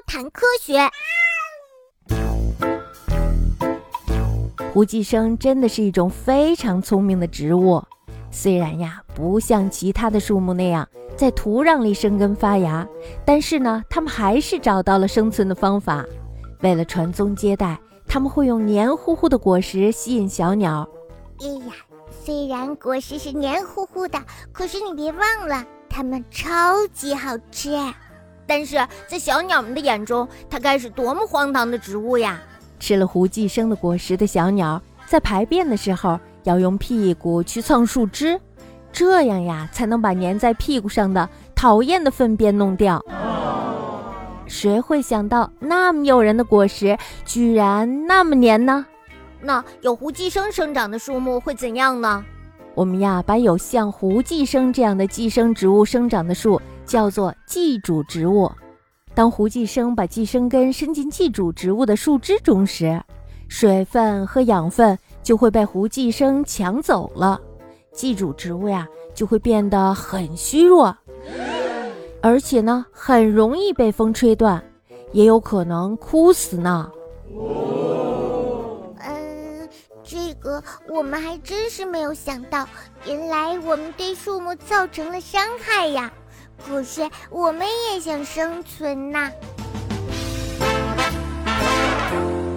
谈科学。 胡寄生真的是一种非常聪明的植物，虽然呀不像其他的树木那样在土壤里生根发芽，但是呢，它们还是找到了生存的方法。为了传宗接代，它们会用黏糊糊的果实吸引小鸟。 哎呀，虽然果实是黏糊糊的，可是你别忘了，它们超级好吃。但是在小鸟们的眼中，它该是多么荒唐的植物呀！ 吃了胡寄生的果实的小鸟，在排便的时候要用屁股去蹭树枝，这样呀才能把粘在屁股上的讨厌的粪便弄掉。谁会想到那么诱人的果实居然那么黏呢？ 那有胡寄生生长的树木会怎样呢？ 我们呀把有像胡寄生这样的寄生植物生长的树叫做寄主植物。当胡寄生把寄生根伸进寄主植物的树枝中时，水分和养分就会被胡寄生抢走了，寄主植物呀就会变得很虚弱，而且呢很容易被风吹断，也有可能枯死呢。 这个我们还真是没有想到，原来我们对树木造成了伤害呀。可是我们也想生存呐。